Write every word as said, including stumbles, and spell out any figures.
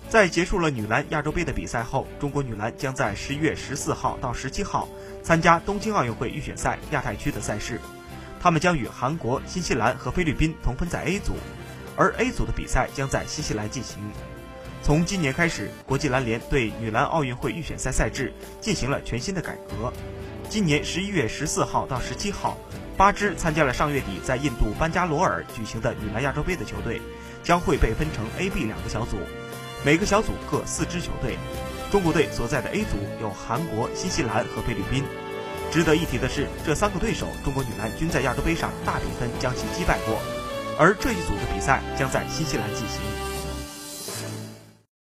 在结束了女篮亚洲杯的比赛后，中国女篮将在十一月十四号到十七号参加东京奥运会预选赛亚太区的赛事。他们将与韩国、新西兰和菲律宾同分在 A 组，而 A 组的比赛将在新西兰进行。从今年开始，国际篮联对女篮奥运会预选赛赛制进行了全新的改革。今年十一月十四号到十七号，八支参加了上月底在印度班加罗尔举行的女篮亚洲杯的球队，将会被分成 A、B 两个小组，每个小组各四支球队。中国队所在的 A 组有韩国、新西兰和菲律宾。值得一提的是，这三个对手中国女篮均在亚洲杯上大比分将其击败过，而这一组的比赛将在新西兰进行。